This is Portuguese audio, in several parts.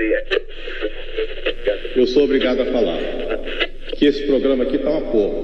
Eu sou obrigado a falar que esse programa aqui tá uma porra.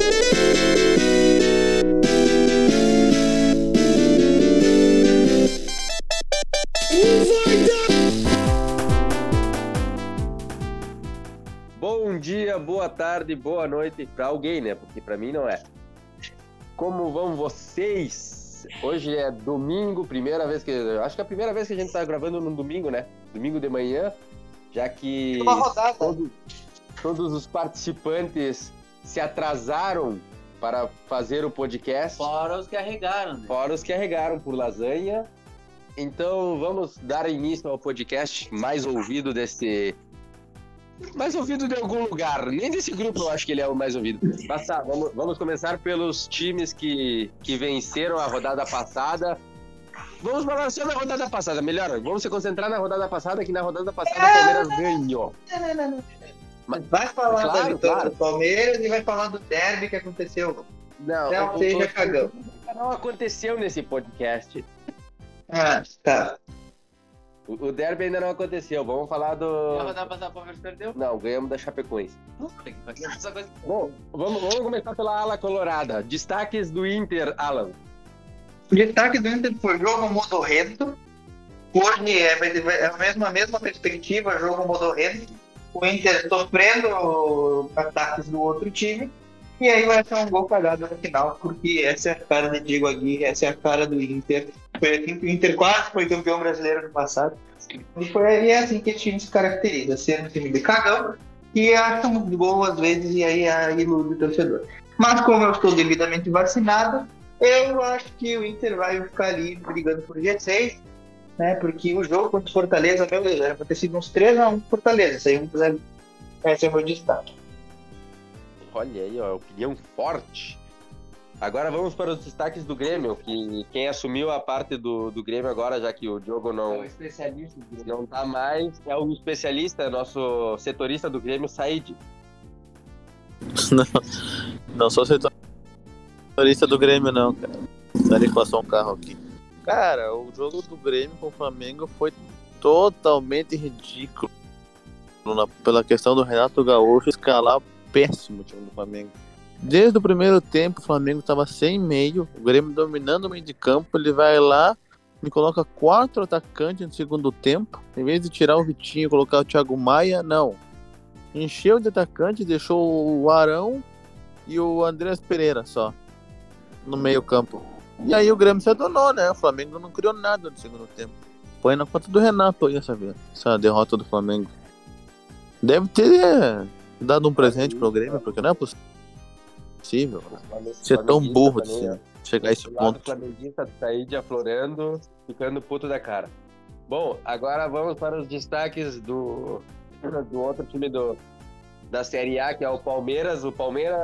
Bom dia, boa tarde, boa noite para alguém, né? Porque para mim não é. Como vão vocês? Hoje é domingo, acho que é a primeira vez que a gente tá gravando no domingo, né? Domingo de manhã, já que todos os participantes se atrasaram para fazer o podcast. Fora os que arregaram, né? Fora os que arregaram por lasanha. Então vamos dar início ao podcast mais ouvido de algum lugar. Nem desse grupo eu acho que ele é o mais ouvido. Mas tá, vamos começar pelos times que venceram a rodada passada. Vamos falar só na rodada passada, melhor. Vamos se concentrar na rodada passada, que na rodada passada o Palmeiras ganhou. Não. Mas vai falar da vitória do Palmeiras e vai falar do derby que aconteceu. Não seja cagão. Não aconteceu nesse podcast. Ah, tá. O derby ainda não aconteceu. Vamos falar do... A rodada passada o Palmeiras perdeu? Não, ganhamos da Chapecoense. Bom, vamos começar pela ala colorada. Destaques do Inter, Alan. O destaque do Inter foi jogo modorrento. Hoje é a mesma perspectiva, jogo modorrento. O Inter sofrendo ataques do outro time. E aí vai ser um gol cagado no final, porque essa é a cara de Diego Aguirre, essa é a cara do Inter. Foi assim que o Inter quase foi campeão brasileiro no passado. E é assim que esse time se caracteriza, sendo um time de cagão, que acha um gol às vezes e aí ilude o torcedor. Mas como eu estou devidamente vacinado, eu acho que o Inter vai ficar ali brigando por G6, né? Porque o jogo contra o Fortaleza, meu Deus, era pra ter sido uns 3-1 Fortaleza. Esse é o meu destaque. Olha aí, ó, opinião forte. Agora vamos para os destaques do Grêmio, que quem assumiu a parte do Grêmio agora, já que o Diogo não tá mais, é o especialista, nosso setorista do Grêmio, Said. Não sou setorista do Grêmio não, cara. Peraí que passou um carro aqui. Cara, o jogo do Grêmio com o Flamengo foi totalmente ridículo. Pela questão do Renato Gaúcho escalar péssimo o time do Flamengo. Desde o primeiro tempo o Flamengo estava sem meio, o Grêmio dominando o meio de campo, ele vai lá, me coloca 4 atacantes no segundo tempo, em vez de tirar o Vitinho e colocar o Thiago Maia, não. Encheu de atacante, deixou o Arão e o Andrés Pereira só no meio campo. E aí o Grêmio se adonou, né? O Flamengo não criou nada no segundo tempo. Põe na conta do Renato aí essa derrota do Flamengo. Deve ter dado um presente pro Grêmio, porque não é possível ser tão burro de chegar a esse ponto. O flamenguista Said aflorando, ficando puto da cara. Bom, agora vamos para os destaques do outro time da Série A, que é o Palmeiras. O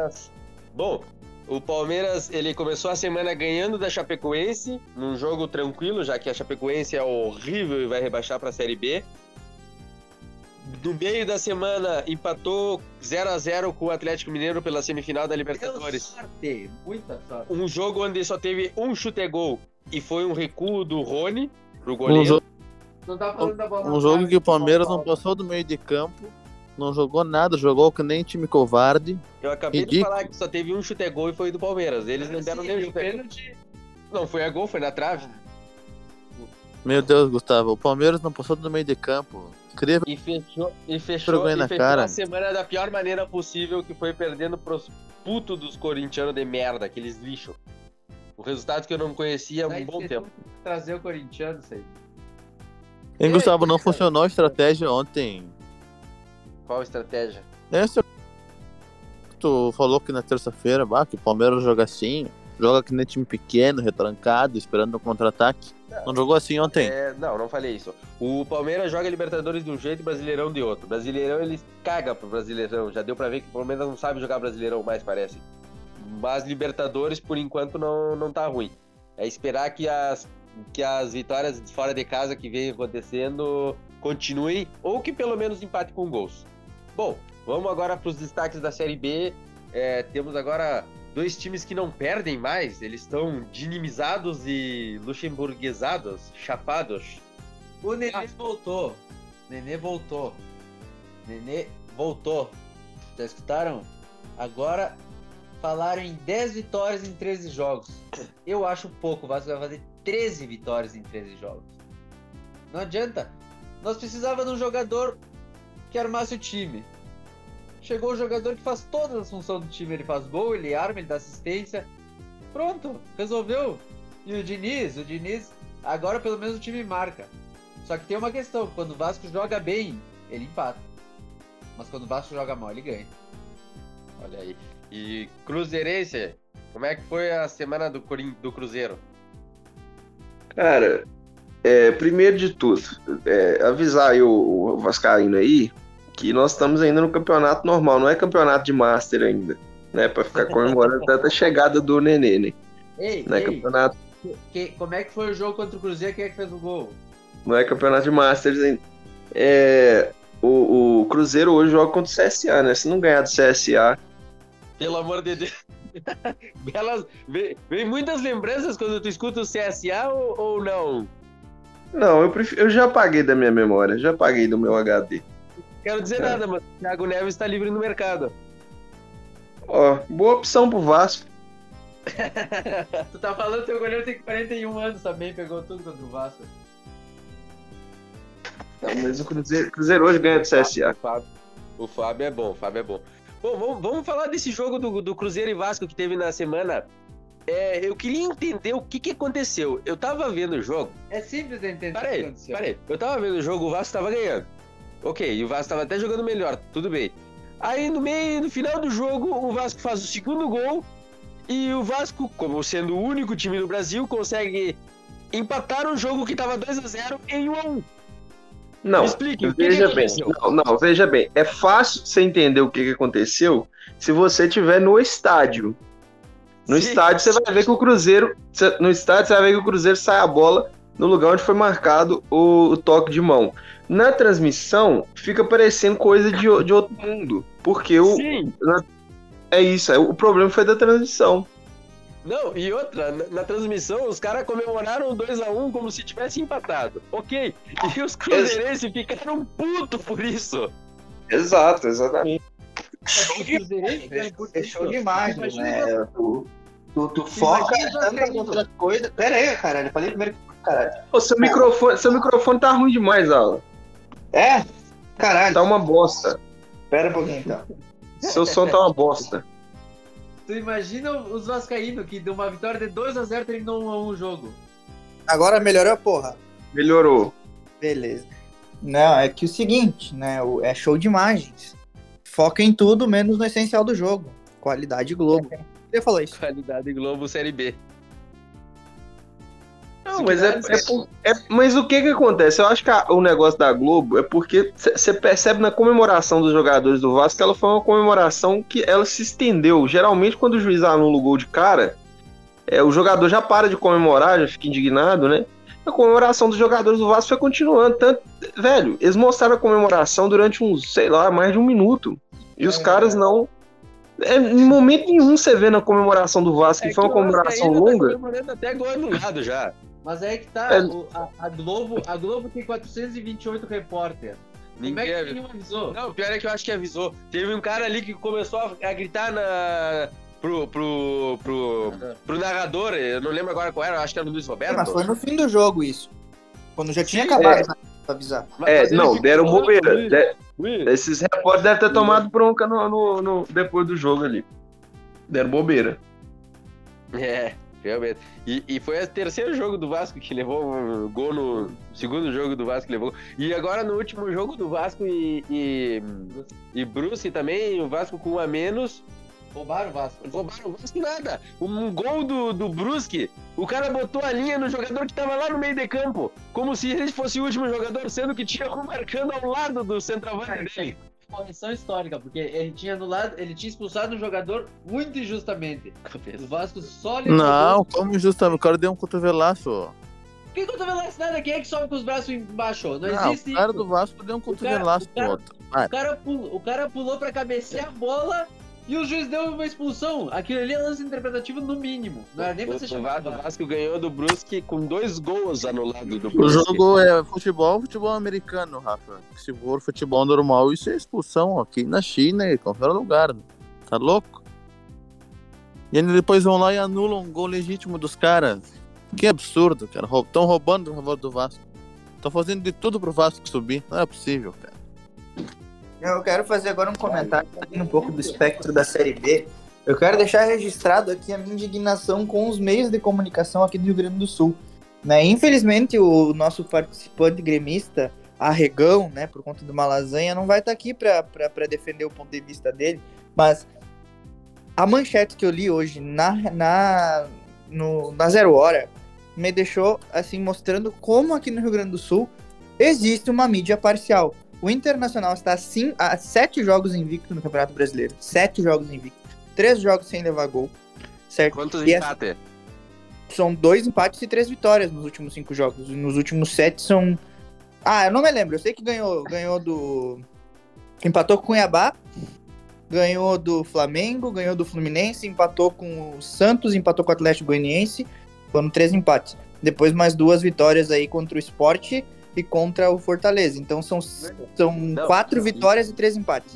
Palmeiras, ele começou a semana ganhando da Chapecoense, num jogo tranquilo, já que a Chapecoense é horrível e vai rebaixar para a Série B. No meio da semana, empatou 0-0 com o Atlético Mineiro pela semifinal da Libertadores. Muita sorte. Um jogo onde só teve um chute-gol e foi um recuo do Rony pro goleiro. Um jogo que o Palmeiras não passou do meio de campo, não jogou nada, jogou que nem time covarde. Eu acabei de falar que só teve um chute-gol e foi do Palmeiras. Eles não deram nem o pênalti. Não foi a gol, foi na trave. Meu Deus, Gustavo, o Palmeiras não passou do meio de campo. E fechou a semana da pior maneira possível, que foi perdendo pros putos dos corintianos de merda, aqueles lixo. O resultado que eu não conhecia há um bom tempo. Trazer o corintiano, sei. Hein, Gustavo, não funcionou a estratégia ontem. Qual estratégia? Essa que tu falou que na terça-feira, que o Palmeiras joga assim, joga que nem time pequeno, retrancado, esperando um contra-ataque. Não jogou assim ontem? Não falei isso. O Palmeiras joga Libertadores de um jeito e Brasileirão de outro. Brasileirão, eles cagam pro Brasileirão. Já deu pra ver que o Palmeiras não sabe jogar Brasileirão mais, parece. Mas Libertadores, por enquanto, não tá ruim. É esperar que as vitórias fora de casa que vem acontecendo continuem, ou que pelo menos empate com gols. Bom, vamos agora pros destaques da Série B. Temos agora 2 times que não perdem mais, eles estão dinamizados e luxemburguesados, chapados. O Nenê voltou. Nenê voltou. Nenê voltou. Já escutaram? Agora falaram em 10 vitórias em 13 jogos. Eu acho pouco. O Vasco vai fazer 13 vitórias em 13 jogos. Não adianta. Nós precisávamos de um jogador que armasse o time. Chegou o jogador que faz todas as funções do time. Ele faz gol, ele arma, ele dá assistência. Pronto, resolveu. E o Diniz, agora pelo menos o time marca. Só que tem uma questão, quando o Vasco joga bem, ele empata. Mas quando o Vasco joga mal, ele ganha. Olha aí. E Cruzeirense, como é que foi a semana do Cruzeiro? Cara, primeiro de tudo, avisar aí o Vascaíno aí que nós estamos ainda no campeonato normal, não é campeonato de Master ainda, né? Pra ficar comemorando tanta chegada do Nenê, né? Não é campeonato. Como é que foi o jogo contra o Cruzeiro? Quem é que fez o gol? Não é campeonato de Masters ainda. O Cruzeiro hoje joga contra o CSA, né? Se não ganhar do CSA... Pelo amor de Deus. Vem muitas lembranças quando tu escuta o CSA ou não? Não, eu já apaguei da minha memória, já apaguei do meu HD. Quero dizer nada, mas o Thiago Neves está livre no mercado. Ó, boa opção pro Vasco. Tu tá falando que teu goleiro tem 41 anos também, pegou tudo contra o Vasco. Não, mas o Cruzeiro hoje ganha do CSA. O Fábio é bom, Bom, vamos falar desse jogo do Cruzeiro e Vasco que teve na semana. Eu queria entender o que aconteceu. Eu tava vendo o jogo. É simples de entender o que aconteceu. Peraí. Eu tava vendo o jogo, o Vasco tava ganhando. Ok, e o Vasco tava até jogando melhor, tudo bem. Aí no final do jogo, o Vasco faz o segundo gol. E o Vasco, como sendo o único time do Brasil, consegue empatar um jogo que tava 2-0 em 1-1. Não, me explique, veja bem. Não, veja bem. É fácil você entender o que aconteceu se você estiver no estádio. No estádio você vai ver que o Cruzeiro. No estádio você vai ver que o Cruzeiro sai a bola no lugar onde foi marcado o toque de mão. Na transmissão fica parecendo coisa de outro mundo. Porque é isso. O problema foi da transmissão. Não, e outra, na transmissão os caras comemoraram 2-1 como se tivesse empatado. Ok. E os cruzeirenses ficaram putos por isso. Exato, exatamente. É show de imagem, né? Tu foca tantas outras coisas. Pera aí, caralho. Eu falei primeiro que caralho. Ô, seu microfone tá ruim demais, Alan. É? Caralho. Tá uma bosta. Pera um pouquinho, então. Seu som tá uma bosta. Tu imagina os vascaínos que deu uma vitória de 2-0 terminou 1-1 o jogo. Agora melhorou, porra? Melhorou. Beleza. Não, é que o seguinte, né? É show de imagens. Foca em tudo, menos no essencial do jogo. Qualidade Globo. Você falou isso. Qualidade Globo Série B. Não, mas mas o que acontece? Eu acho que o negócio da Globo é porque você percebe na comemoração dos jogadores do Vasco que ela foi uma comemoração que ela se estendeu. Geralmente, quando o juiz anula o gol de cara, o jogador já para de comemorar, já fica indignado, né? A comemoração dos jogadores do Vasco foi continuando. Tanto, velho, eles mostraram a comemoração durante mais de um minuto. E os caras não... em momento nenhum você vê na comemoração do Vasco que foi uma comemoração longa. Tá comemorando até gol anulado já. Mas aí que tá, a Globo tem 428 repórteres. Como é que ninguém avisou? Não, o pior é que eu acho que avisou. Teve um cara ali que começou a gritar pro narrador, eu não lembro agora qual era, acho que era o Luiz Roberto. Mas foi no fim do jogo isso. Quando já tinha acabado pra avisar. Deram bobeira. Esses repórteres devem ter tomado bronca depois do jogo ali. Deram bobeira. Realmente. E foi o terceiro jogo do Vasco que levou um gol no segundo jogo do Vasco que levou. E agora no último jogo do Vasco e Brusque também, o Vasco com 1 a menos. Roubaram o Vasco nada. Um gol do Brusque, o cara botou a linha no jogador que tava lá no meio de campo, como se ele fosse o último jogador, sendo que tinha um marcando ao lado do centroavante dele. Correção histórica, porque ele tinha expulsado um jogador muito injustamente. O Vasco só levou. Não, como injustamente? O cara deu um cotovelaço. Que cotovelaço nada? Quem é que sobe com os braços embaixo? Não existe o cara do Vasco deu um cotovelaço pro outro. O cara pulou pra cabecear a bola E o juiz deu uma expulsão. Aquilo ali é lance interpretativo no mínimo. Não era nem pra ser O chamado. Vasco ganhou do Brusque com 2 gols anulados do O Brusque. jogo é futebol americano, Rafa. Se for futebol normal, isso é expulsão aqui na China e qualquer lugar. Tá louco? E ainda depois vão lá e anulam um gol legítimo dos caras. Que absurdo, cara. Estão roubando o favor do Vasco. Estão fazendo de tudo pro Vasco subir. Não é possível, cara. Eu quero fazer agora um comentário saindo um pouco do espectro da Série B. Eu quero deixar registrado aqui a minha indignação com os meios de comunicação aqui do Rio Grande do Sul. Né? Infelizmente, o nosso participante gremista, Arregão, né, por conta de uma lasanha, não vai estar aqui para defender o ponto de vista dele, mas a manchete que eu li hoje na 0 Hora me deixou assim mostrando como aqui no Rio Grande do Sul existe uma mídia parcial. O Internacional está assim a 7 jogos invicto no Campeonato Brasileiro. 7 jogos invicto. 3 jogos sem levar gol. Certo? Quantos E empates? são 2 empates e 3 vitórias nos últimos 5 jogos. Nos últimos 7 são... eu não me lembro. Eu sei que ganhou do... Empatou com o Cuiabá. Ganhou do Flamengo. Ganhou do Fluminense. Empatou com o Santos. Empatou com o Atlético Goianiense. Foram 3 empates. Depois mais 2 vitórias aí contra o Sport e contra o Fortaleza. Então são 4 vitórias e 3 empates.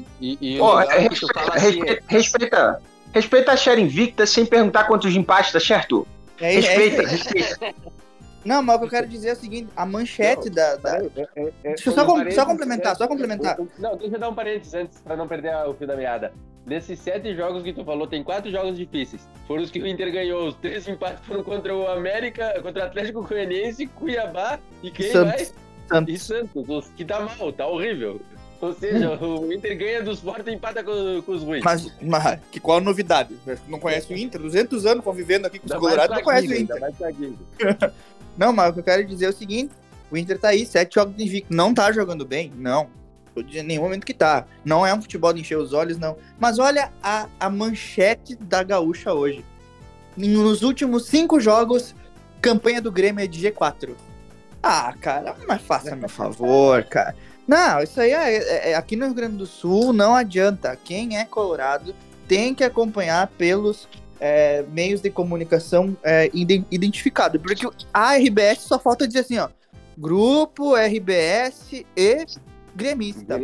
Respeita a série invicta sem perguntar quantos empates, tá certo? Respeita. Não, mas o que eu quero dizer é o seguinte, a manchete Deixa eu só complementar. Não, deixa eu dar um parênteses antes, pra não perder o fio da meada. Nesses 7 jogos que tu falou, tem 4 jogos difíceis. Foram os que o Inter ganhou. Os 3 empates foram contra o América, contra o Atlético Goianiense, Cuiabá e quem mais? E Santos, que tá mal, tá horrível. Ou seja, o Inter ganha dos fortes e empata com os ruins. Mas qual a novidade? Não conhece o Inter? 200 anos convivendo aqui com os colorados, não conhece o Inter. Não, mas o que eu quero dizer é o seguinte, o Inter tá aí, 7 jogos invicto. Não tá jogando bem? Não. Tô dizendo em nenhum momento que tá. Não é um futebol de encher os olhos, não. Mas olha a manchete da Gaúcha hoje. Nos últimos 5 jogos, campanha do Grêmio é de G4. Cara, mas faça meu favor, cara. Não, isso aí aqui no Rio Grande do Sul não adianta. Quem é colorado tem que acompanhar pelos meios de comunicação identificados. Porque a RBS só falta dizer assim, ó. Grupo RBS e gremista.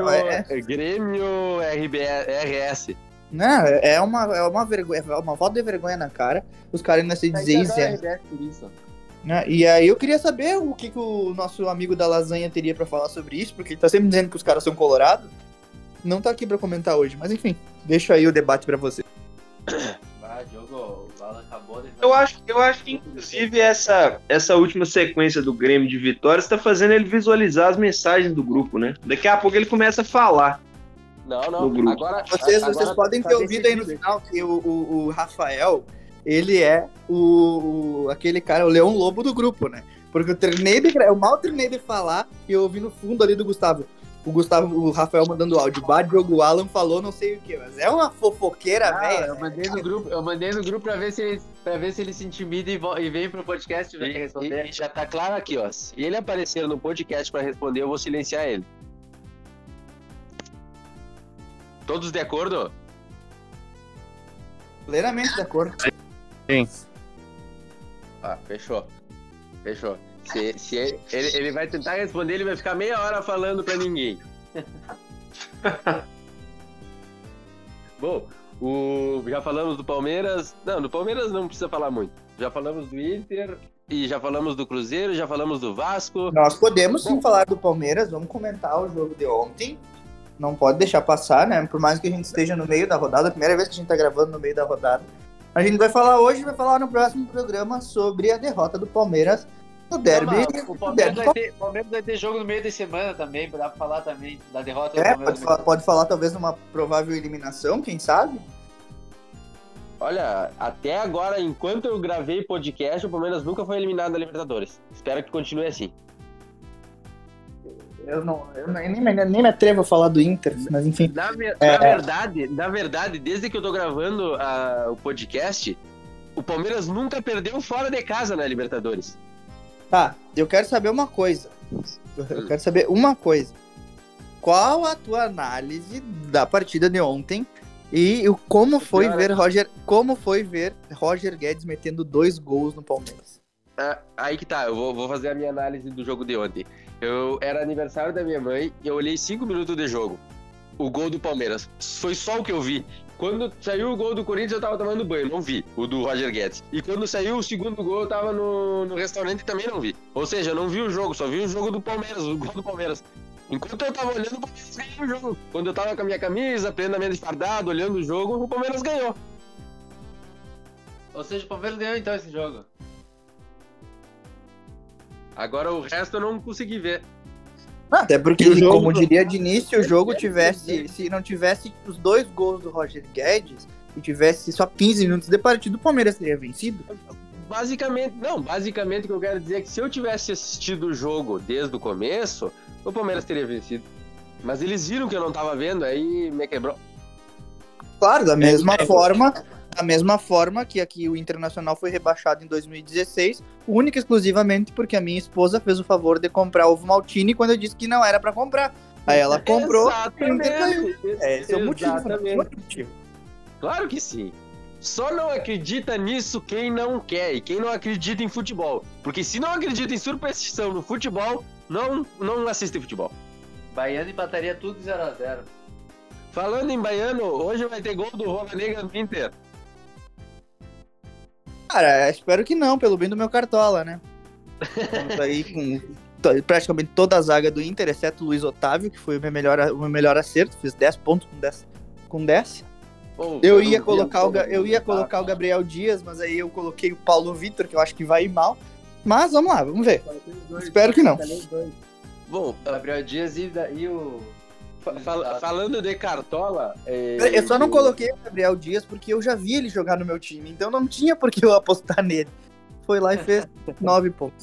Grêmio RS. Não, é uma vergonha, é uma falta de vergonha na cara. Os caras ainda se dizem isso. E aí eu queria saber o que o nosso amigo da lasanha teria pra falar sobre isso, porque ele tá sempre dizendo que os caras são colorados. Não tá aqui pra comentar hoje, mas enfim, deixa aí o debate pra você. Diogo, o Alan acabou de... Eu acho que inclusive essa última sequência do Grêmio de vitórias tá fazendo ele visualizar as mensagens do grupo, né? Daqui a pouco ele começa a falar. Não. No grupo. Agora, vocês podem ter ouvido aí no final que o Rafael, ele é aquele cara, o leão lobo do grupo, né? Porque eu mal treinei de falar e eu ouvi no fundo ali do Gustavo. O Rafael mandando áudio. Diogo Alan falou não sei o que, mas é uma fofoqueira, velho. Eu mandei no grupo pra ver se ele se intimida e vem pro podcast responder. E já tá claro aqui, ó. Se ele aparecer no podcast pra responder, eu vou silenciar ele. Todos de acordo? Plenamente de acordo. Sim. Fechou. Se ele vai tentar responder, ele vai ficar meia hora falando pra ninguém. Bom, já falamos do Palmeiras. Não, do Palmeiras não precisa falar muito. Já falamos do Inter e já falamos do Cruzeiro, já falamos do Vasco. Nós podemos sim falar do Palmeiras, vamos comentar o jogo de ontem. Não pode deixar passar, né? Por mais que a gente esteja no meio da rodada, a primeira vez que a gente tá gravando no meio da rodada. A gente vai falar hoje, vai falar no próximo programa sobre a derrota do Palmeiras no derby. O Palmeiras vai ter jogo no meio de semana também, dá pra falar também da derrota do Palmeiras. Pode falar talvez numa provável eliminação, quem sabe? Olha, até agora, enquanto eu gravei podcast, o Palmeiras nunca foi eliminado da Libertadores. Espero que continue assim. Eu nem me atrevo a falar do Inter, mas enfim. Na verdade, desde que eu tô gravando o podcast, o Palmeiras nunca perdeu fora de casa na Libertadores. Tá, eu quero saber uma coisa. Qual a tua análise da partida de ontem E como foi ver Roger Guedes metendo 2 gols no Palmeiras? Aí que tá, eu vou fazer a minha análise do jogo de ontem. Era aniversário da minha mãe e eu olhei 5 minutos de jogo. O gol do Palmeiras. Foi só o que eu vi. Quando saiu o gol do Corinthians, eu tava tomando banho, não vi o do Roger Guedes. E quando saiu o segundo gol, eu tava no restaurante e também não vi. Ou seja, eu não vi o jogo, só vi o jogo do Palmeiras, o gol do Palmeiras. Enquanto eu tava olhando, o Palmeiras ganhou o jogo. Quando eu tava com a minha camisa, plenamente esfardado, olhando o jogo, o Palmeiras ganhou. Ou seja, o Palmeiras ganhou então esse jogo. Agora o resto eu não consegui ver. Até porque, E o jogo como do- diria de início, o jogo tivesse, se não tivesse os 2 gols do Roger Guedes e tivesse só 15 minutos de partida, o Palmeiras teria vencido. Basicamente o que eu quero dizer é que se eu tivesse assistido o jogo desde o começo, o Palmeiras teria vencido. Mas eles viram que eu não tava vendo, aí me quebrou. Claro, da mesma forma que aqui o Internacional foi rebaixado em 2016, única e exclusivamente porque a minha esposa fez o favor de comprar ovo maltine quando eu disse que não era pra comprar. Aí ela comprou e o Inter caiu. Esse é o motivo. Exatamente. Não é o motivo. Claro que sim. Só não acredita nisso quem não quer e quem não acredita em futebol. Porque se não acredita em superstição no futebol, não assiste futebol. Baiano empataria tudo 0x0. Falando em baiano, hoje vai ter gol do Rola Negra no Inter. Cara, espero que não, pelo bem do meu Cartola, né? Estamos aí com praticamente toda a zaga do Inter, exceto o Luiz Otávio, que foi o meu melhor acerto, fiz 10 pontos com 10. Pô, Eu ia colocar o Gabriel Dias, mas aí eu coloquei o Paulo Vitor, que eu acho que vai ir mal. Mas vamos lá, vamos ver. Espero que não. Bom, Gabriel Dias e o... falando de Cartola... Eu só não coloquei o Gabriel Dias porque eu já vi ele jogar no meu time, então não tinha por que eu apostar nele. Foi lá e fez 9 pontos.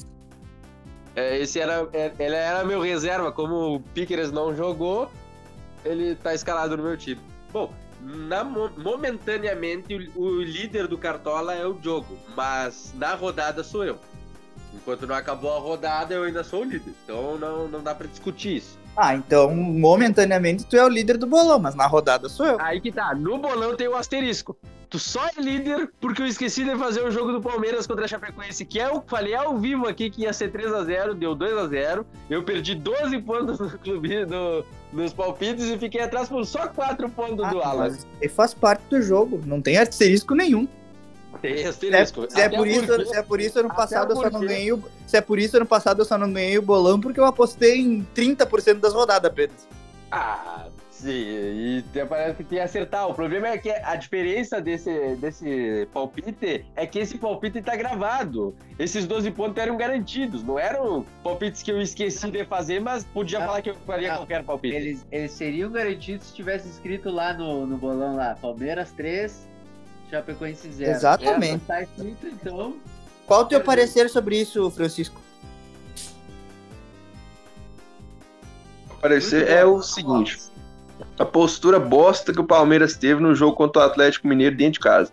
Ele era meu reserva, como o Piqueres não jogou, ele tá escalado no meu time. Bom, momentaneamente o líder do Cartola é o Diogo, mas na rodada sou eu. Enquanto não acabou a rodada, eu ainda sou o líder, então não dá pra discutir isso. Então momentaneamente tu é o líder do bolão, mas na rodada sou eu. Aí que tá, no bolão tem o asterisco. Tu só é líder porque eu esqueci de fazer o jogo do Palmeiras contra a Chapecoense, que eu falei ao vivo aqui que ia ser 3x0, deu 2x0. Eu perdi 12 pontos no clube nos palpites e fiquei atrás por só 4 pontos do Alan. Mas ele faz parte do jogo, não tem asterisco nenhum. Tem asterisco. Se é por isso ano passado eu só não ganhei o bolão porque eu apostei em 30% das rodadas apenas. Sim, e parece que tem que acertar. O problema é que a diferença desse palpite é que esse palpite tá gravado. Esses 12 pontos eram garantidos, não eram palpites que eu esqueci de fazer, mas podia falar que eu faria qualquer palpite. Eles seriam garantidos se tivesse escrito lá no bolão lá, Palmeiras 3, Chapecoense 0. Exatamente. Tá escrito, então... Qual o teu parecer sobre isso, Francisco? O parecer é o seguinte: a postura bosta que o Palmeiras teve no jogo contra o Atlético Mineiro dentro de casa.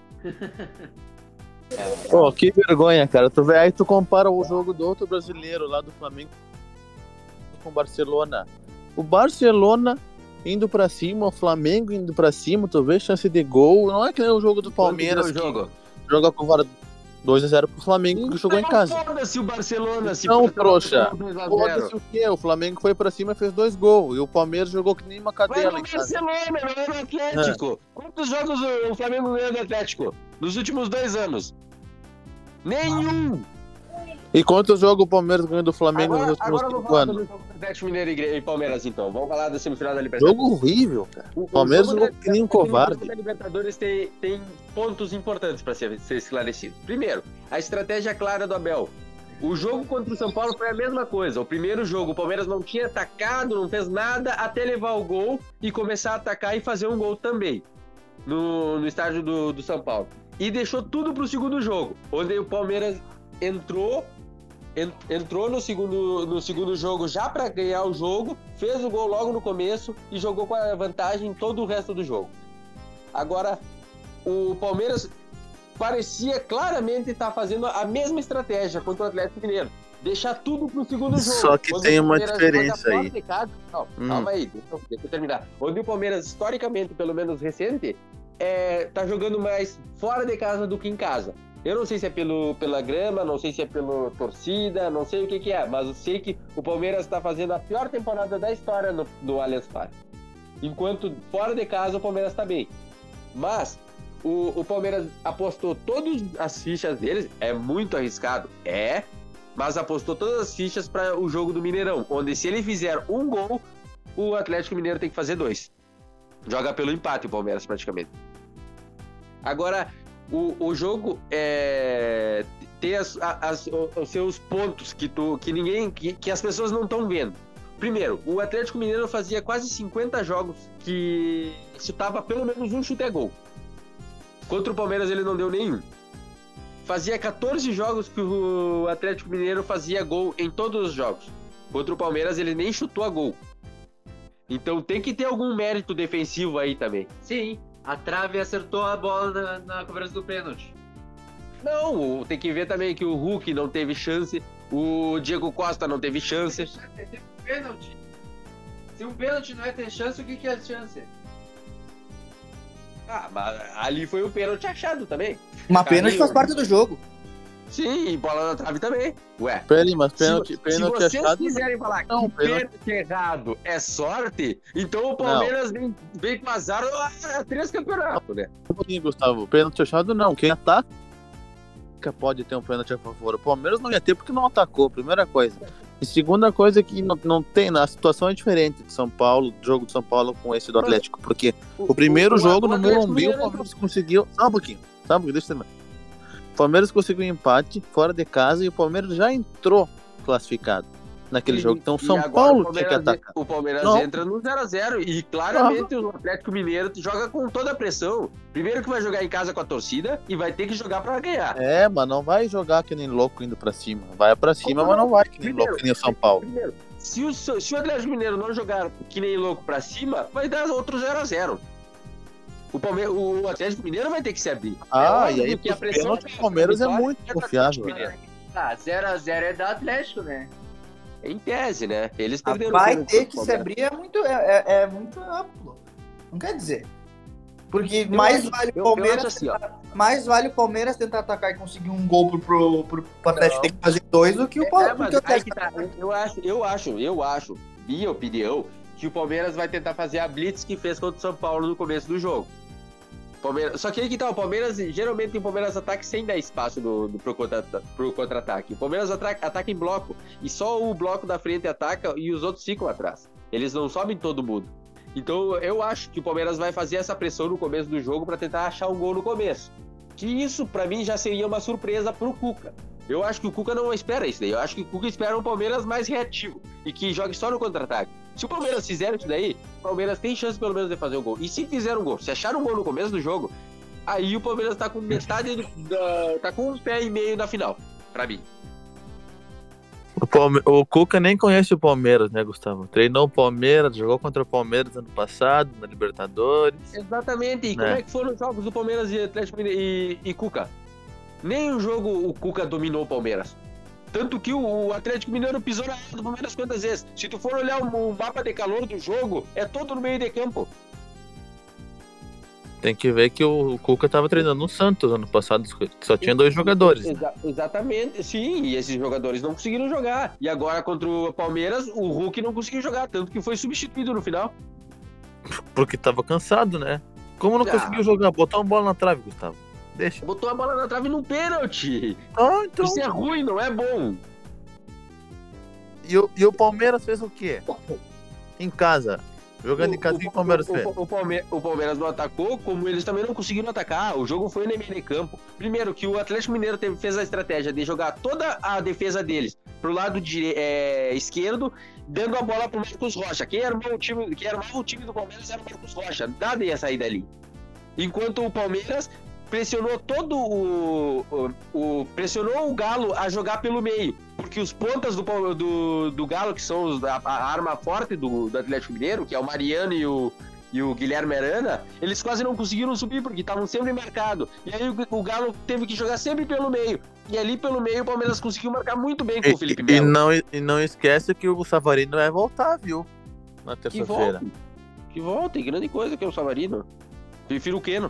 Pô, que vergonha, cara. Aí tu compara o jogo do outro brasileiro lá do Flamengo com o Barcelona. O Barcelona indo pra cima, o Flamengo indo pra cima, tu vê chance de gol. Não é que nem o jogo do Palmeiras que joga com 2x0 pro Flamengo que jogou em casa. Foda-se o Barcelona, Não, trouxa. 2x0. Foda-se o quê? O Flamengo foi pra cima e fez 2 gols. E o Palmeiras jogou que nem uma Vai cadela no em casa. Barcelona, não é no Atlético. Quantos jogos o Flamengo ganhou do Atlético? Nos últimos 2 anos? Nenhum! E quantos jogos o Palmeiras ganhou do Flamengo nos últimos Agora eu vou 5 falar anos? sobre o jogo do Atlético Mineiro e Palmeiras, então. Vamos falar da semifinal da Libertadores. Jogo horrível, cara. O Palmeiras jogo jogou que nem um O covarde. jogo da Libertadores tem pontos importantes para ser esclarecidos. Primeiro, a estratégia clara do Abel. O jogo contra o São Paulo foi a mesma coisa. O primeiro jogo, o Palmeiras não tinha atacado, não fez nada até levar o gol e começar a atacar e fazer um gol também no estádio do São Paulo. E deixou tudo pro segundo jogo, onde o Palmeiras entrou no segundo jogo já para ganhar o jogo, fez o gol logo no começo e jogou com a vantagem em todo o resto do jogo. Agora, o Palmeiras parecia claramente estar fazendo a mesma estratégia contra o Atlético Mineiro. deixar tudo pro segundo jogo. Só que Quando tem o uma Palmeiras diferença joga fora aí. de casa- Não, calma aí, deixa eu terminar. Onde o Palmeiras, historicamente, pelo menos recente, tá jogando mais fora de casa do que em casa. Eu não sei se é pela grama, não sei se é pela torcida, não sei o que é, mas eu sei que o Palmeiras tá fazendo a pior temporada da história no Allianz Parque. Enquanto fora de casa o Palmeiras tá bem. Mas o Palmeiras apostou todas as fichas deles, é muito arriscado, mas apostou todas as fichas para o jogo do Mineirão, onde se ele fizer um gol, o Atlético Mineiro tem que fazer 2. Joga pelo empate o Palmeiras praticamente. Agora, o jogo tem os seus pontos que as pessoas não estão vendo. Primeiro, o Atlético Mineiro fazia quase 50 jogos que chutava pelo menos um chute a gol. Contra o Palmeiras ele não deu nenhum. Fazia 14 jogos que o Atlético Mineiro fazia gol em todos os jogos. Contra o Palmeiras ele nem chutou a gol. Então tem que ter algum mérito defensivo aí também. Sim, a trave acertou a bola na cobrança do pênalti. Não, tem que ver também que o Hulk não teve chance, o Diego Costa não teve chance. Pênalti. Se um pênalti não é ter chance, o que é chance? Ah, mas ali foi o pênalti achado também. Uma pênalti faz parte do jogo. Sim, e bola na trave também. Ué. Peraí, mas Se pênalti vocês achado. quiserem falar Não, que pênalti errado é sorte, então o Palmeiras vem com azar a 3 campeonatos, né? Um pouquinho, Gustavo. Pênalti achado não. Quem ataca pode ter um pênalti a favor. O Palmeiras não ia ter porque não atacou, primeira coisa. E segunda coisa que não tem, a situação é diferente de São Paulo, do jogo de São Paulo com esse do Atlético. Porque o primeiro jogo no Morumbi, o Palmeiras conseguiu. Só um pouquinho, deixa eu terminar. O Palmeiras conseguiu um empate fora de casa e o Palmeiras já entrou classificado naquele jogo. Então São Paulo tinha que atacar. O Palmeiras entra no 0x0 e claramente o Atlético Mineiro joga com toda a pressão. Primeiro que vai jogar em casa com a torcida e vai ter que jogar pra ganhar. Mas não vai jogar que nem louco indo pra cima. Vai pra cima, mas não vai que nem louco que nem o São Paulo. Primeiro, se o Atlético Mineiro não jogar que nem louco pra cima, vai dar outro 0x0. O Atlético Mineiro vai ter que se abrir. E aí porque a pressão do Palmeiras é muito confiável. 0x0 é da Atlético, né? Em tese, né? Eles perderam. Vai ter que se abrir é muito amplo. Não quer dizer. Porque mais vale o Palmeiras tentar atacar e conseguir um gol pro Atlético ter que fazer 2 do que o Atlético. Eu acho, minha opinião, que o Palmeiras vai tentar fazer a blitz que fez contra o São Paulo no começo do jogo. Só que aí que tá, o Palmeiras, geralmente o Palmeiras ataca sem dar espaço pro contra-ataque. O Palmeiras ataca em bloco, e só o bloco da frente ataca e os outros ficam atrás. Eles não sobem todo mundo. Então eu acho que o Palmeiras vai fazer essa pressão no começo do jogo para tentar achar um gol no começo. Que isso, pra mim, já seria uma surpresa pro Cuca. Eu acho que o Cuca não espera isso daí. Eu acho que o Cuca espera um Palmeiras mais reativo e que jogue só no contra-ataque. Se o Palmeiras fizer isso daí, o Palmeiras tem chance pelo menos de fazer o gol. E se fizer um gol, se achar um gol no começo do jogo, aí o Palmeiras tá com metade tá com um pé e meio na final, pra mim. O Cuca nem conhece o Palmeiras, né, Gustavo? Treinou o Palmeiras, jogou contra o Palmeiras ano passado, na Libertadores. Exatamente. E como é que foram os jogos do Palmeiras e Atlético e Cuca? Nem o jogo o Cuca dominou o Palmeiras. Tanto que o Atlético Mineiro pisou na área do Palmeiras quantas vezes? Se tu for olhar o mapa de calor do jogo, é todo no meio de campo. Tem que ver que o Cuca estava treinando no Santos ano passado, só tinha 2 jogadores. Exatamente, sim, e esses jogadores não conseguiram jogar. E agora contra o Palmeiras, o Hulk não conseguiu jogar, tanto que foi substituído no final. Porque estava cansado, né? Como não conseguiu jogar? Botar uma bola na trave, Gustavo. Deixa. Botou a bola na trave num pênalti. Então... Isso é ruim, não é bom. E o Palmeiras fez o quê? Em casa. Jogando em casa, o que o Palmeiras fez? O Palmeiras não atacou, como eles também não conseguiram atacar. O jogo foi no meio de campo. Primeiro, que o Atlético Mineiro fez a estratégia de jogar toda a defesa deles pro lado esquerdo, dando a bola pro Marcos Rocha. Quem armava o time do Palmeiras era o Marcos Rocha. Nada ia sair dali. Enquanto o Palmeiras pressionou pressionou o Galo a jogar pelo meio, porque os pontas do Galo, que são a arma forte do Atlético Mineiro, que é o Mariano e o Guilherme Arana, eles quase não conseguiram subir, porque estavam sempre marcados. E aí o Galo teve que jogar sempre pelo meio. E ali pelo meio o Palmeiras conseguiu marcar muito bem com o Felipe Melo. E não esquece que o Savarino vai voltar, viu? Na terça-feira. Que volta, tem grande coisa que é o Savarino. Prefiro o Keno.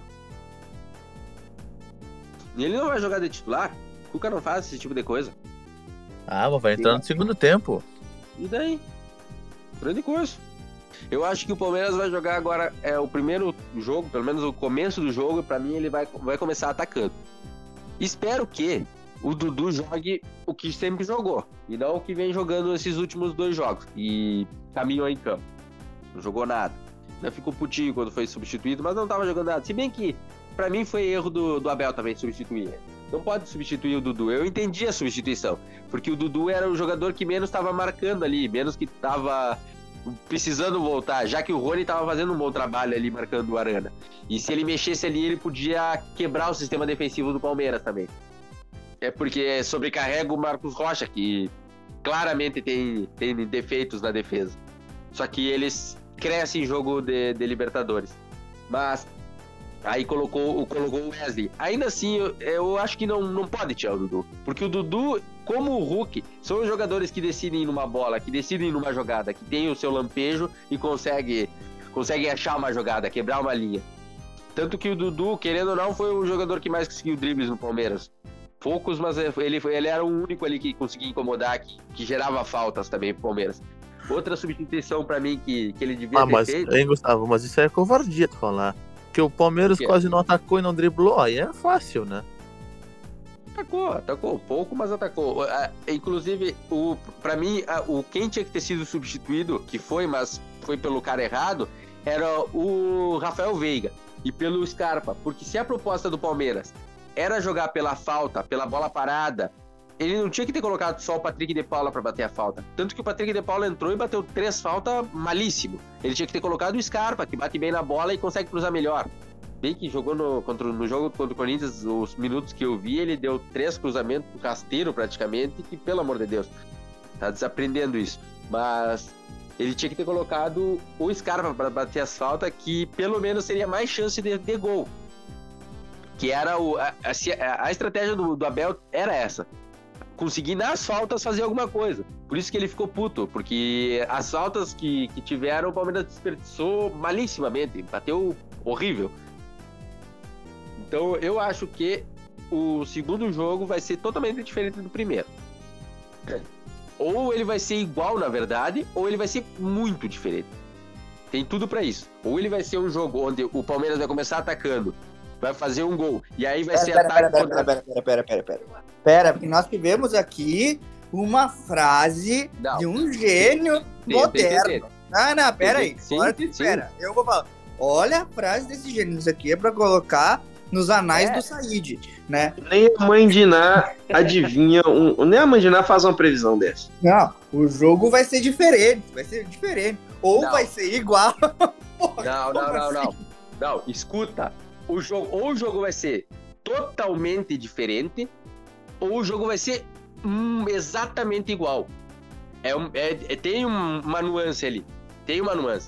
E ele não vai jogar de titular. O Cuca não faz esse tipo de coisa. Ah, mas vai entrar no segundo tempo. E daí? Grande coisa. Eu acho que o Palmeiras vai jogar agora o primeiro jogo, pelo menos o começo do jogo, e pra mim ele vai começar atacando. Espero que o Dudu jogue o que sempre jogou, e não o que vem jogando nesses últimos 2 jogos, e caminhou em campo. Não jogou nada. Ainda ficou putinho quando foi substituído, mas não tava jogando nada. Se bem que, pra mim, foi erro do Abel também substituir ele. Não pode substituir o Dudu. Eu entendi a substituição, porque o Dudu era o jogador que menos estava marcando ali, menos que estava precisando voltar, já que o Rony estava fazendo um bom trabalho ali marcando o Arana. E se ele mexesse ali, ele podia quebrar o sistema defensivo do Palmeiras também. É porque sobrecarrega o Marcos Rocha, que claramente tem defeitos na defesa. Só que eles crescem em jogo de Libertadores. Mas aí colocou o Wesley. Ainda assim, eu acho que não pode tirar o Dudu. Porque o Dudu, como o Hulk, são os jogadores que decidem numa bola, que decidem numa jogada, que tem o seu lampejo e conseguem achar uma jogada, quebrar uma linha. Tanto que o Dudu, querendo ou não, foi o jogador que mais conseguiu dribles no Palmeiras. Poucos, mas ele era o único ali que conseguia incomodar, que gerava faltas também pro Palmeiras. Outra substituição pra mim que ele devia ter feito... Hein, Gustavo, mas isso é covardia tu falar. Que o Palmeiras quase não atacou e não driblou, aí é fácil, né? Atacou pouco, mas atacou. Inclusive, pra mim, quem tinha que ter sido substituído, que foi, mas foi pelo cara errado, era o Rafael Veiga e pelo Scarpa. Porque se a proposta do Palmeiras era jogar pela falta, pela bola parada, ele não tinha que ter colocado só o Patrick de Paula pra bater a falta. Tanto que o Patrick de Paula entrou e bateu 3 faltas malíssimo. Ele tinha que ter colocado o Scarpa, que bate bem na bola e consegue cruzar melhor. Bem que jogou no jogo contra o Corinthians, os minutos que eu vi, ele deu 3 cruzamentos, rasteiro praticamente, que pelo amor de Deus, tá desaprendendo isso. Mas ele tinha que ter colocado o Scarpa para bater as faltas, que pelo menos seria mais chance de gol. Que era a estratégia do Abel era essa. Conseguir nas faltas fazer alguma coisa. Por isso que ele ficou puto, porque as faltas que tiveram, o Palmeiras desperdiçou malissimamente, bateu horrível. Então eu acho que o segundo jogo vai ser totalmente diferente do primeiro. Ou ele vai ser igual, na verdade, ou ele vai ser muito diferente. Tem tudo pra isso. Ou ele vai ser um jogo onde o Palmeiras vai começar atacando, vai fazer um gol, e aí vai ser ataque contra... Pera, porque nós tivemos aqui uma frase de um gênio moderno. Não, pera aí. Espera, eu vou falar. Olha a frase desse gênio. Isso aqui é pra colocar nos anais do Said, né? Nem a mãe de Ná adivinha, nem a mãe de Ná faz uma previsão dessa. Não, o jogo vai ser diferente. Ou vai ser igual. Porra, não, escuta. Ou o jogo vai ser totalmente diferente, ou o jogo vai ser exatamente igual. Tem uma nuance ali. Tem uma nuance.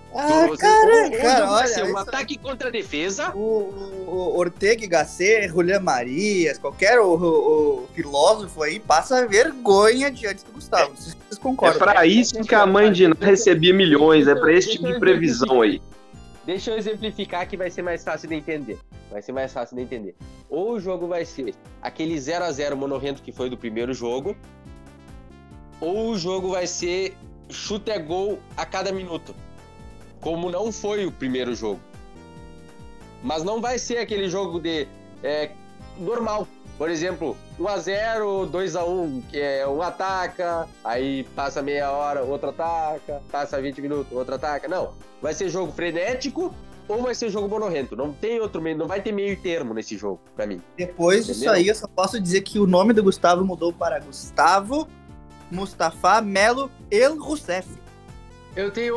Vai ser um ataque contra a defesa. O Ortega y Gasset, Julián Marias, qualquer o filósofo aí passa vergonha diante do Gustavo. Vocês concordam? É pra isso que a mãe de Ná recebia milhões. É pra esse tipo de previsão aí. Deixa eu exemplificar que vai ser mais fácil de entender. Ou o jogo vai ser aquele 0x0 monorrento que foi do primeiro jogo, ou o jogo vai ser chute a gol a cada minuto, como não foi o primeiro jogo. Mas não vai ser aquele jogo de normal. Por exemplo, 1x0, 2x1, que é um ataca, aí passa meia hora, outro ataca, passa 20 minutos, outro ataca. Não, vai ser jogo frenético ou vai ser jogo monorrento. Não tem outro meio, não vai ter meio termo nesse jogo, pra mim. Depois disso aí, eu só posso dizer que o nome do Gustavo mudou para Gustavo Mustafa Melo El Rousseff. Eu tenho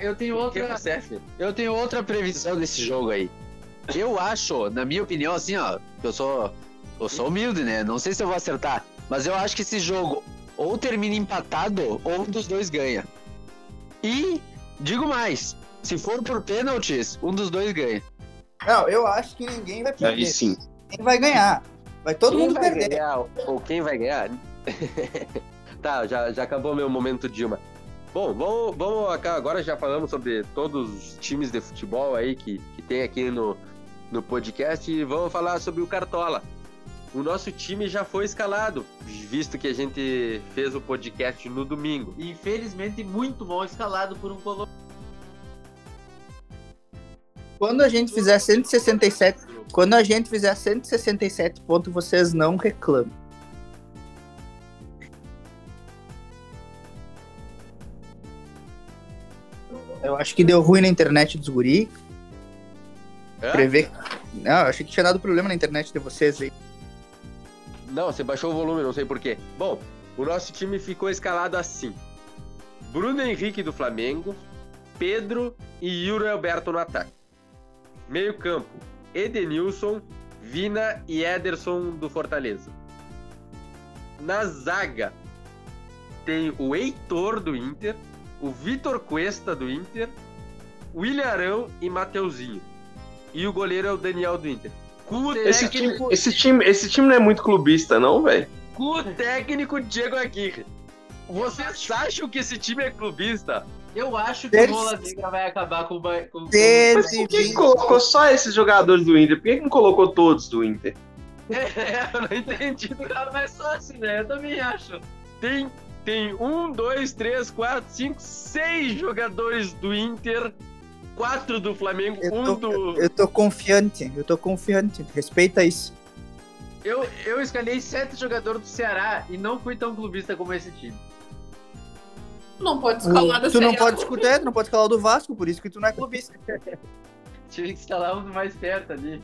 outra previsão desse jogo aí. Eu acho, na minha opinião, assim, ó, eu sou humilde, né? Não sei se eu vou acertar, mas eu acho que esse jogo ou termina empatado ou um dos dois ganha. E digo mais, Se for por pênaltis, um dos dois ganha. Não, eu acho que ninguém vai perder. Aí sim. Ninguém vai ganhar. Vai todo Quem mundo vai perder. ganhar ou quem vai ganhar? Tá, já acabou meu momento Dilma. Bom, vamos agora já falamos sobre todos os times de futebol aí que tem aqui no podcast e vamos falar sobre o Cartola. O nosso time já foi escalado, visto que a gente fez o podcast no domingo. Infelizmente, muito mal escalado por um colombiano. Quando a gente fizer 167 pontos, vocês não reclamam. Eu acho que deu ruim na internet dos guri. Prever. Não, eu achei que tinha dado problema na internet de vocês aí. Não, você baixou o volume, não sei porquê. Bom, o nosso time ficou escalado assim. Bruno Henrique do Flamengo, Pedro e Yuri Alberto no ataque. Meio campo, Edenilson, Vina e Ederson do Fortaleza. Na zaga, tem o Heitor do Inter, o Vitor Cuesta do Inter, William Arão e Mateuzinho. E o goleiro é o Daniel do Inter. Esse time não é muito clubista, não, velho? Com o técnico Diego Aguirre. Vocês acham que esse time é clubista? Eu acho que o Bola Negra vai acabar com Mas por que colocou só esses jogadores do Inter? Por que não colocou todos do Inter? Eu não entendi. Cara, mais fácil, né? Eu também acho. Tem 1, 2, 3, 4, 5, 6 jogadores do Inter, 4 do Flamengo, Eu tô confiante. Respeita isso. Eu escalei 7 jogadores do Ceará e não fui tão clubista como esse time. Não pode escalar da Tu não Série A. pode discutir, tu não pode escalar o do Vasco, por isso que tu não é clubista. Tive que escalar um mais perto ali.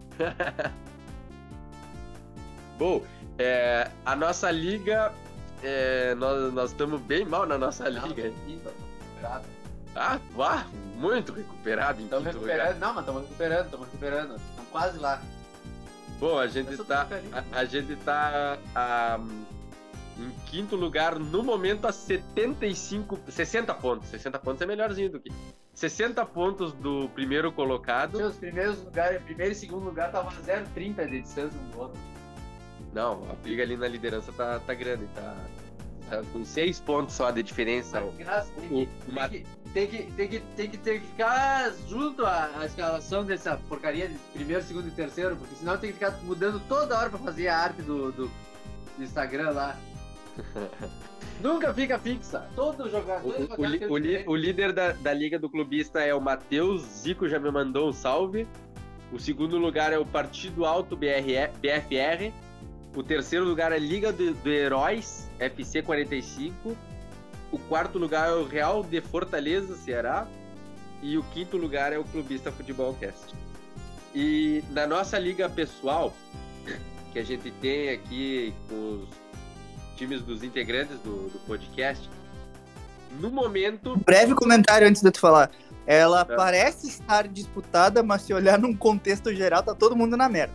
Bom, a nossa liga, nós estamos bem mal na nossa liga. Muito recuperado em Estamos quinto recuperando. lugar. Não, mas estamos recuperando. Estamos quase lá. Bom, a gente tá em quinto lugar no momento a 60 pontos. 60 pontos é melhorzinho do que 60 pontos do primeiro colocado. Os primeiros lugares, primeiro e segundo lugar, estavam a 0,30 de distância um do outro. Não, a briga ali na liderança tá grande, tá com 6 pontos só de diferença. Tem que ficar junto à escalação dessa porcaria de primeiro, segundo e terceiro, porque senão tem que ficar mudando toda hora pra fazer a arte do Instagram lá. Nunca fica fixa. Todo jogador. O líder da Liga do Clubista é o Matheus. Zico já me mandou um salve. O segundo lugar é o Partido Alto BFR. O terceiro lugar é Liga do Heróis FC 45. O quarto lugar é o Real de Fortaleza, Ceará. E o quinto lugar é o Clubista Futebol Cast. E na nossa liga pessoal, que a gente tem aqui com os times dos integrantes do podcast, no momento... Breve comentário antes de tu falar. Ela parece estar disputada, mas se olhar num contexto geral, tá todo mundo na merda.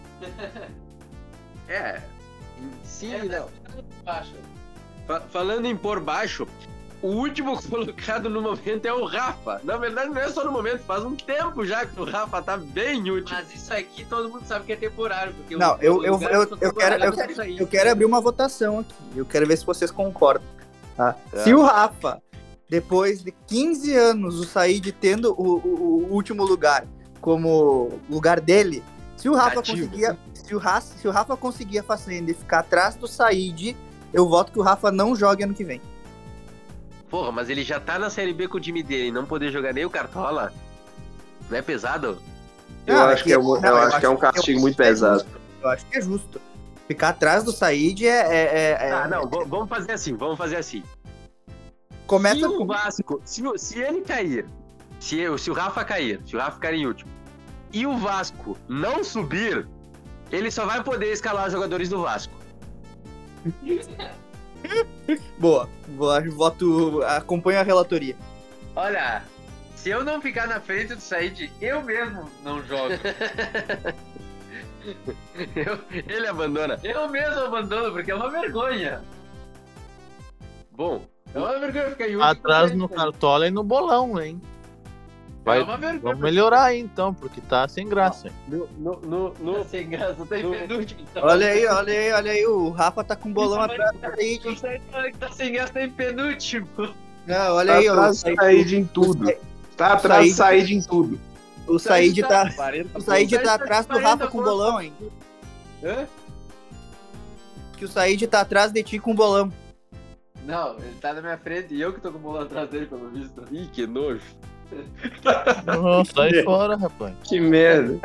Sim e não. Falando em por baixo, o último colocado no momento é o Rafa. Na verdade, não é só no momento, faz um tempo já que o Rafa tá bem útil. Mas isso aqui todo mundo sabe que é temporário. Porque não, eu quero abrir uma votação aqui. Eu quero ver se vocês concordam. Tá? Se o Rafa, depois de 15 anos, o Said tendo o último lugar como lugar dele, se o Rafa conseguia fazer de ficar atrás do Said, eu voto que o Rafa não jogue ano que vem. Porra, mas ele já tá na Série B com o time dele e não poder jogar nem o Cartola? Não é pesado? Eu acho que é um castigo muito pesado. Eu acho que é justo. Ficar atrás do Said vamos fazer assim. Começa se o Vasco, se ele cair, se o Rafa cair, se o Rafa ficar em último, e o Vasco não subir, ele só vai poder escalar jogadores do Vasco. Boa, voto, acompanho a relatoria. Olha, se eu não ficar na frente do Said, eu mesmo não jogo. Ele abandona. Eu mesmo abandono, porque é uma vergonha. Bom, é uma vergonha ficar em último. Atrás no Cartola e no bolão, hein? Vai, É uma vergonha. vamos melhorar aí então, porque tá sem graça. Hein? Tá sem graça, tá em penúltimo. Olha aí, o Rafa tá com um bolão atrás do Said. O Said falando que tá sem graça, tá em penúltimo. Não, olha Tá aí, ó. atrás do Said em tudo. Tá atrás do Said em tudo. O Said tá. 40 O Said Said tá tá atrás do 40 Rafa com pontos. bolão, hein? Hã? Que o Said tá atrás de ti com bolão. Não, ele tá na minha frente e eu que tô com o bolo atrás dele, pelo visto. Ih, que nojo. Não, sai fora, rapaz. Que merda.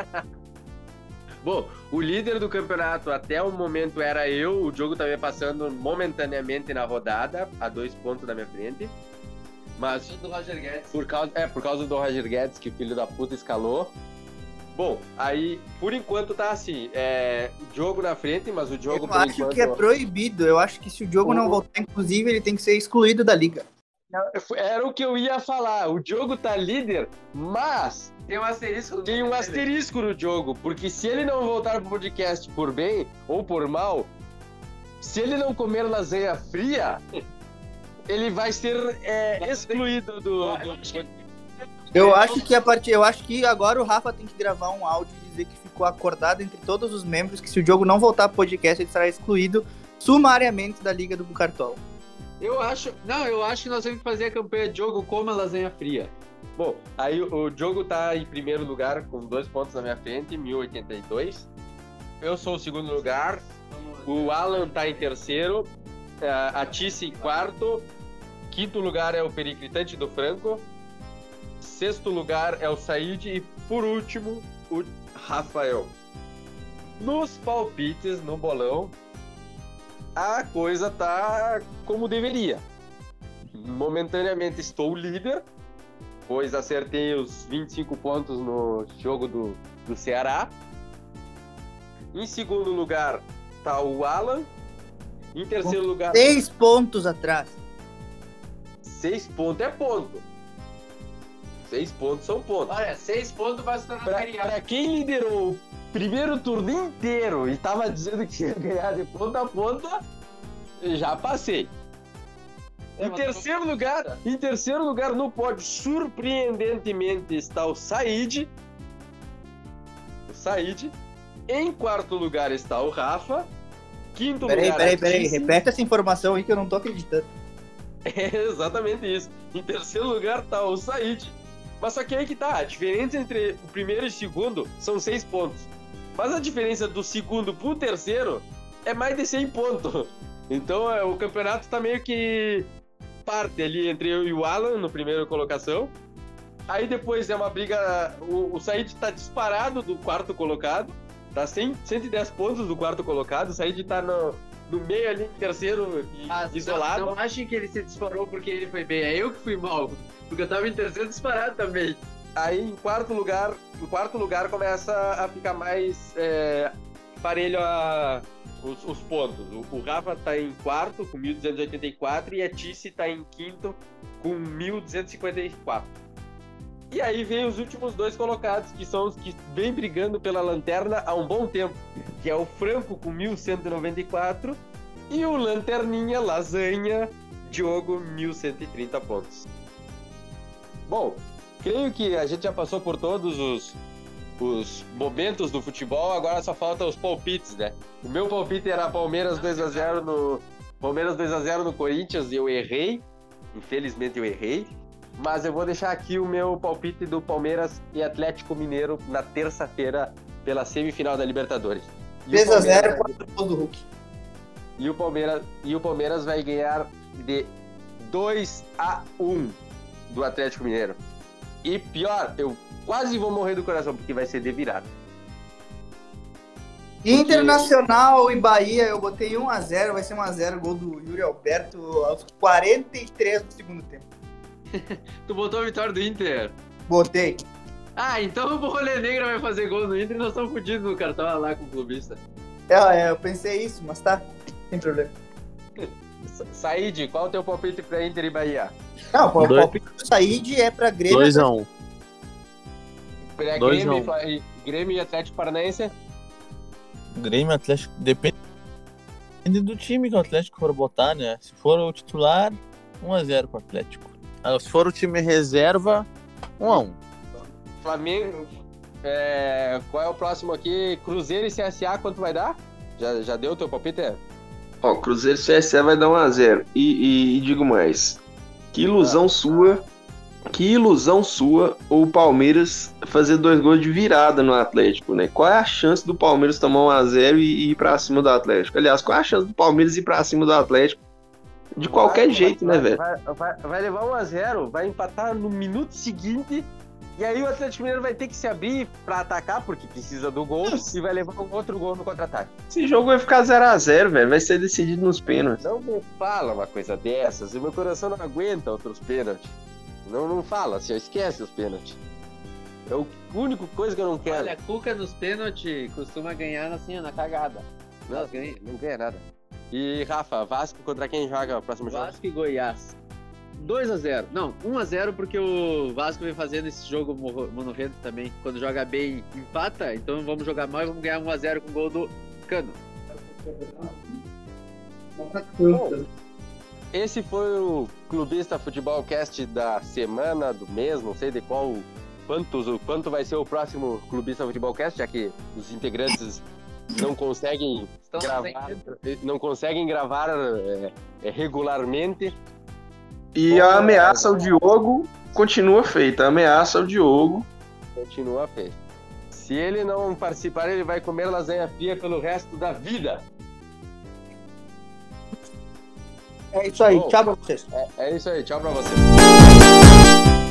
Bom, o líder do campeonato até o momento era eu. O jogo tava passando momentaneamente na rodada, a 2 pontos da minha frente. Mas Do Roger Guedes. por causa do Roger Guedes, que o filho da puta escalou. Bom, aí, por enquanto tá assim, jogo na frente, mas o jogo Eu por acho enquanto... que é proibido. Eu acho que se o jogo não voltar, inclusive, ele tem que ser excluído da liga. Era o que eu ia falar, o jogo tá líder, mas Tem um asterisco. tem um asterisco no jogo, porque se ele não voltar pro podcast por bem ou por mal, se ele não comer lasanha fria, ele vai ser excluído do... Eu acho que agora o Rafa tem que gravar um áudio e dizer que ficou acordado entre todos os membros que se o jogo não voltar pro podcast, ele será excluído sumariamente da Liga do Cartola. Eu acho que nós temos que fazer a campanha de jogo como a lasanha fria. Bom, aí o jogo tá em primeiro lugar com 2 pontos na minha frente, 1082. Eu sou o segundo lugar, o Alan tá em terceiro, a Tice em quarto, quinto lugar é o Periclitante do Franco, sexto lugar é o Said e por último o Rafael. Nos palpites, no bolão, a coisa tá como deveria. Momentaneamente estou líder, pois acertei os 25 pontos no jogo do Ceará. Em segundo lugar tá o Alan. Em terceiro lugar... 6 pontos atrás. 6 pontos é ponto. 6 pontos são pontos. Olha, 6 pontos vai se tornar criado. Pra quem liderou o primeiro turno inteiro e tava dizendo que ia ganhar de ponta a ponta, já passei. Em terceiro lugar no pódio, surpreendentemente, está o Said. Em quarto lugar está o Rafa. Quinto lugar... Peraí. Repete essa informação aí que eu não tô acreditando. É exatamente isso. Em terceiro lugar tá o Said. Mas só que aí que tá, a diferença entre o primeiro e o segundo são 6 pontos. Mas a diferença do segundo pro terceiro é mais de 100 pontos. Então o campeonato tá meio que parte ali entre eu e o Alan no primeiro colocação. Aí depois é uma briga, o Said tá disparado do quarto colocado. Tá 110 pontos do quarto colocado. O Said tá no meio ali, em terceiro, isolado. Não achem que ele se disparou porque ele foi bem. É eu que fui mal. Porque eu tava em terceiro disparado também. Aí em quarto lugar começa a ficar mais parelho os pontos. O Rafa tá em quarto com 1.284 e a Tice tá em quinto com 1.254. E aí vem os últimos 2 colocados, que são os que vêm brigando pela lanterna há um bom tempo, que é o Franco com 1.194 e o Lanterninha Lasanha Diogo 1.130 pontos. Bom, creio que a gente já passou por todos os momentos do futebol, agora só falta os palpites, né? O meu palpite era Palmeiras 2-0 no Corinthians e eu errei. Infelizmente eu errei. Mas eu vou deixar aqui o meu palpite do Palmeiras e Atlético Mineiro na terça-feira pela semifinal da Libertadores. 3-0 para o gol do Hulk. E o Palmeiras vai ganhar de 2-1 do Atlético Mineiro. E pior, eu quase vou morrer do coração, porque vai ser de virada. Internacional e Bahia, eu botei 1-0, vai ser 1-0, gol do Yuri Alberto aos 43 do segundo tempo. Tu botou a vitória do Inter? Botei. Ah, então o Rolê Negra vai fazer gol no Inter e nós estamos fodidos no cartão lá com o clubista. Eu pensei isso, mas tá, sem problema. Said, qual é o teu palpite pra Inter e Bahia? Não, o palpite do Said é pra Grêmio. 2-1. Pra 2-1. Grêmio e Atlético Paranaense? Grêmio, Atlético, depende do time que o Atlético for botar, né? Se for o titular, 1-0 pro Atlético. Se for o time reserva, 1-1. Flamengo. Qual é o próximo aqui? Cruzeiro e CSA, quanto vai dar? Já deu o teu palpite? Ó, Cruzeiro e CSA vai dar 1x0. E digo mais. Que ilusão sua o Palmeiras fazer 2 gols de virada no Atlético, né? Qual é a chance do Palmeiras tomar 1x0 e ir pra cima do Atlético? Aliás, qual é a chance do Palmeiras ir pra cima do Atlético? De qualquer jeito, né, velho? Vai levar 1x0, vai empatar no minuto seguinte, e aí o Atlético Mineiro vai ter que se abrir pra atacar, porque precisa do gol, e vai levar um outro gol no contra-ataque. Esse jogo vai ficar 0x0, velho. Vai ser decidido nos pênaltis. Não me fala uma coisa dessas, e meu coração não aguenta outros pênaltis. Não fala, assim, esquece os pênaltis. É a única coisa que eu não quero. Olha, Cuca nos pênaltis costuma ganhar assim, na cagada. Não ganha nada. E Rafa, Vasco contra quem joga o próximo jogo? Vasco e Goiás. 2x0. Não, 1x0 porque o Vasco vem fazendo esse jogo monorrento também. Quando joga bem, empata. Então vamos jogar mal e vamos ganhar 1x0 com o gol do Cano. Bom, esse foi o Clubista Futebol Cast da semana, do mês, não sei de quanto vai ser o próximo Clubista Futebol Cast, já que os integrantes não conseguem gravar regularmente. E a ameaça ao Diogo continua feita. A ameaça ao Diogo continua feita. Se ele não participar, ele vai comer lasanha fria pelo resto da vida. É isso aí, tchau pra vocês. É isso aí, tchau pra vocês.